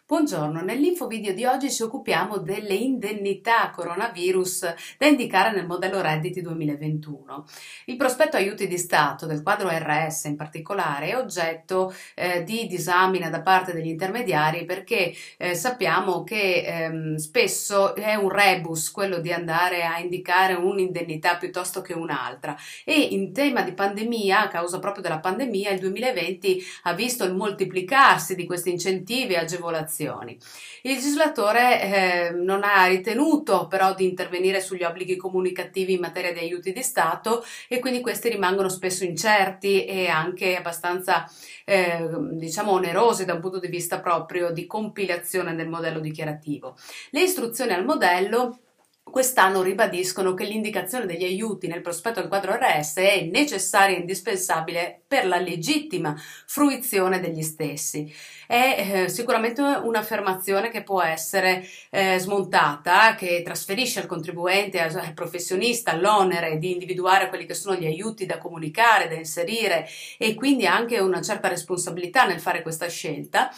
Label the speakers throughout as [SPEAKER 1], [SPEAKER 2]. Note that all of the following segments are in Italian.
[SPEAKER 1] Buongiorno, nell'info video di oggi ci occupiamo delle indennità coronavirus da indicare nel modello redditi 2021. Il prospetto aiuti di Stato del quadro RS in particolare è oggetto di disamina da parte degli intermediari perché sappiamo che spesso è un rebus quello di andare a indicare un'indennità piuttosto che un'altra e in tema di pandemia, a causa proprio della pandemia, il 2020 ha visto il moltiplicarsi di questi incentivi e agevolazioni. Il legislatore non ha ritenuto però di intervenire sugli obblighi comunicativi in materia di aiuti di Stato e quindi questi rimangono spesso incerti e anche abbastanza diciamo onerosi da un punto di vista proprio di compilazione del modello dichiarativo. Le istruzioni al modello quest'anno ribadiscono che l'indicazione degli aiuti nel prospetto del quadro RS è necessaria e indispensabile per la legittima fruizione degli stessi. È sicuramente un'affermazione che può essere smontata, che trasferisce al contribuente, al professionista, l'onere di individuare quelli che sono gli aiuti da comunicare, da inserire e quindi anche una certa responsabilità nel fare questa scelta.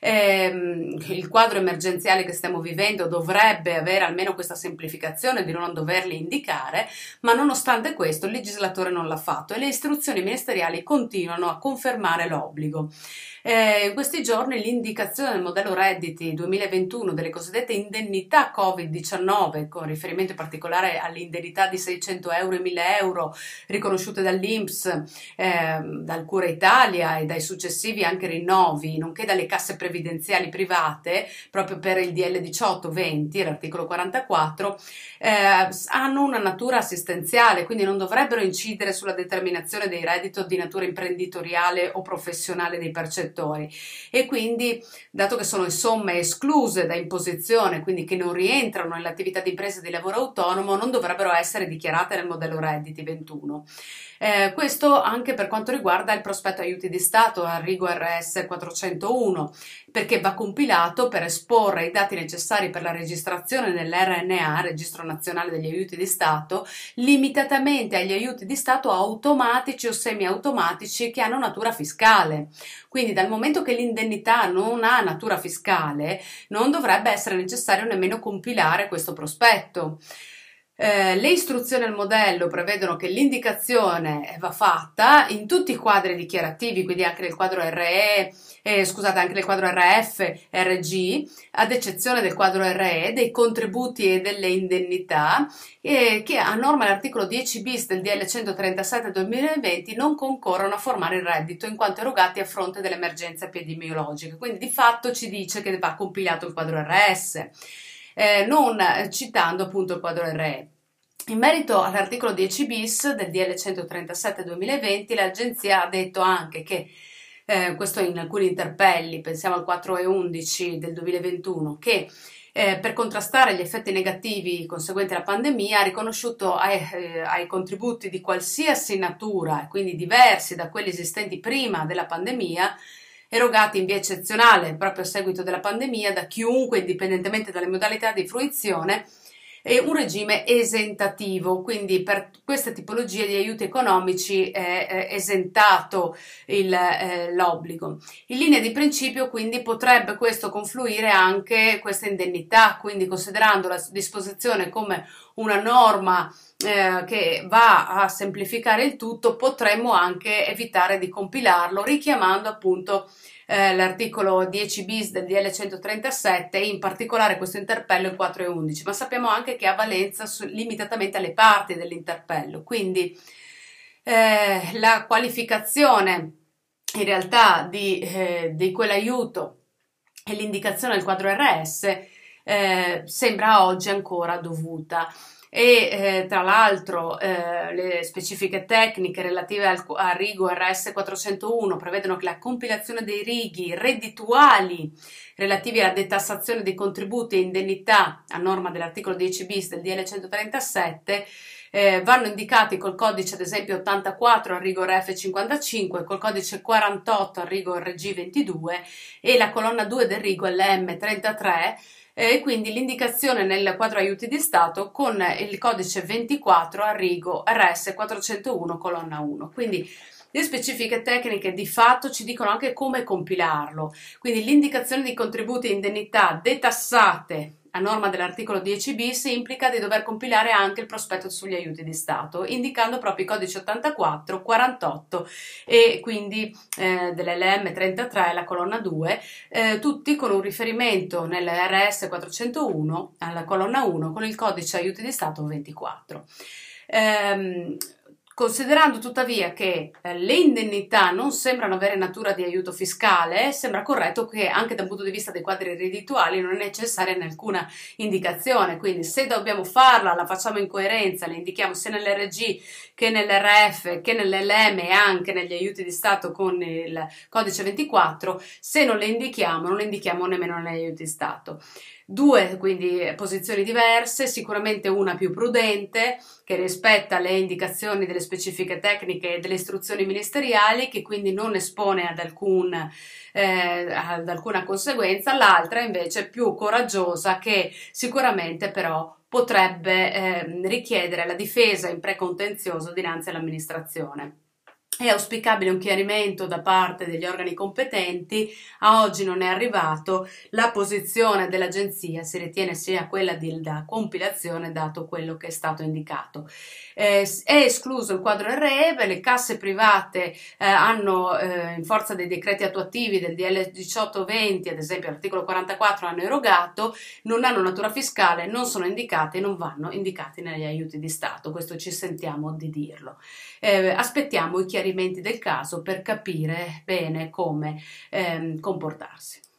[SPEAKER 1] Il quadro emergenziale che stiamo vivendo dovrebbe avere almeno questa semplificazione di non doverli indicare, ma nonostante questo il legislatore non l'ha fatto e le istruzioni ministeriali continuano a confermare l'obbligo. In questi giorni l'indicazione del modello redditi 2021 delle cosiddette indennità Covid-19, con riferimento in particolare all'indennità di 600 euro e 1000 euro riconosciute dall'INPS, dal Cura Italia e dai successivi anche rinnovi, nonché dalle casse previdenziali private, proprio per il DL 1820, l'articolo 44, hanno una natura assistenziale, quindi non dovrebbero incidere sulla determinazione dei redditi di natura imprenditoriale o professionale dei percettori e quindi, dato che sono somme escluse da imposizione, quindi che non rientrano nell'attività di impresa e di lavoro autonomo, non dovrebbero essere dichiarate nel modello redditi 21. Questo anche per quanto riguarda il prospetto aiuti di Stato Arrigo RS 401, perché va compilato per esporre i dati necessari per la registrazione nell'RNA, Registro Nazionale degli Aiuti di Stato, limitatamente agli aiuti di Stato automatici o semiautomatici che hanno natura fiscale. Quindi dal momento che l'indennità non ha natura fiscale, non dovrebbe essere necessario nemmeno compilare questo prospetto. Le istruzioni al modello prevedono che l'indicazione va fatta in tutti i quadri dichiarativi, quindi anche nel quadro anche nel quadro RF, RG, ad eccezione del quadro RE, dei contributi e delle indennità, che a norma dell'articolo 10 bis del DL 137 2020 non concorrono a formare il reddito in quanto erogati a fronte dell'emergenza epidemiologica. Quindi di fatto ci dice che va compilato il quadro RS. Non citando appunto il quadro RE. In merito all'articolo 10 bis del DL 137 2020, l'agenzia ha detto anche che questo in alcuni interpelli, pensiamo al 4 e 11 del 2021, che per contrastare gli effetti negativi conseguenti alla pandemia ha riconosciuto ai contributi di qualsiasi natura, quindi diversi da quelli esistenti prima della pandemia, erogati in via eccezionale proprio a seguito della pandemia da chiunque, indipendentemente dalle modalità di fruizione, e un regime esentativo, quindi per queste tipologie di aiuti economici è esentato l'obbligo. In linea di principio quindi potrebbe questo confluire anche questa indennità, quindi considerando la disposizione come una norma che va a semplificare il tutto, potremmo anche evitare di compilarlo richiamando appunto l'articolo 10 bis del DL 137 e in particolare questo interpello il 4 e 11, ma sappiamo anche che ha valenza limitatamente alle parti dell'interpello, quindi la qualificazione in realtà di quell'aiuto e l'indicazione del quadro RS sembra oggi ancora dovuta. E tra l'altro le specifiche tecniche relative al Arrigo RS 401 prevedono che la compilazione dei righi reddituali relativi alla detassazione dei contributi e indennità a norma dell'articolo 10 bis del DL 137 vanno indicati col codice ad esempio 84 Arrigo RF 55, col codice 48 Arrigo RG 22 e la colonna 2 del Rigo LM 33, e quindi l'indicazione nel quadro aiuti di Stato con il codice 24 Arrigo RS 401 colonna 1. Quindi Le specifiche tecniche di fatto ci dicono anche come compilarlo, quindi l'indicazione di contributi e indennità detassate a norma dell'articolo 10 bis implica di dover compilare anche il prospetto sugli aiuti di Stato, indicando proprio i codici 84, 48 e quindi dell'LM 33, la colonna 2, tutti con un riferimento nell'RS 401 alla colonna 1 con il codice aiuti di Stato 24. Considerando tuttavia che le indennità non sembrano avere natura di aiuto fiscale, sembra corretto che anche dal punto di vista dei quadri reddituali non è necessaria alcuna indicazione, quindi se dobbiamo farla la facciamo in coerenza, le indichiamo sia nell'RG che nell'RF che nell'LM e anche negli aiuti di Stato con il codice 24, se non le indichiamo non le indichiamo nemmeno negli aiuti di Stato. Due quindi posizioni diverse, sicuramente una più prudente che rispetta le indicazioni delle specifiche tecniche e delle istruzioni ministeriali, che quindi non espone ad alcuna conseguenza, l'altra invece più coraggiosa che sicuramente però potrebbe richiedere la difesa in precontenzioso dinanzi all'amministrazione. È auspicabile un chiarimento da parte degli organi competenti, a oggi non è arrivato, la posizione dell'agenzia si ritiene sia quella da compilazione dato quello che è stato indicato. È escluso il quadro RE, le casse private hanno in forza dei decreti attuativi del DL 1820, ad esempio l'articolo 44, hanno erogato, non hanno natura fiscale, non sono indicate e non vanno indicati negli aiuti di Stato, questo ci sentiamo di dirlo. Aspettiamo i chiarimenti del caso per capire bene come comportarsi.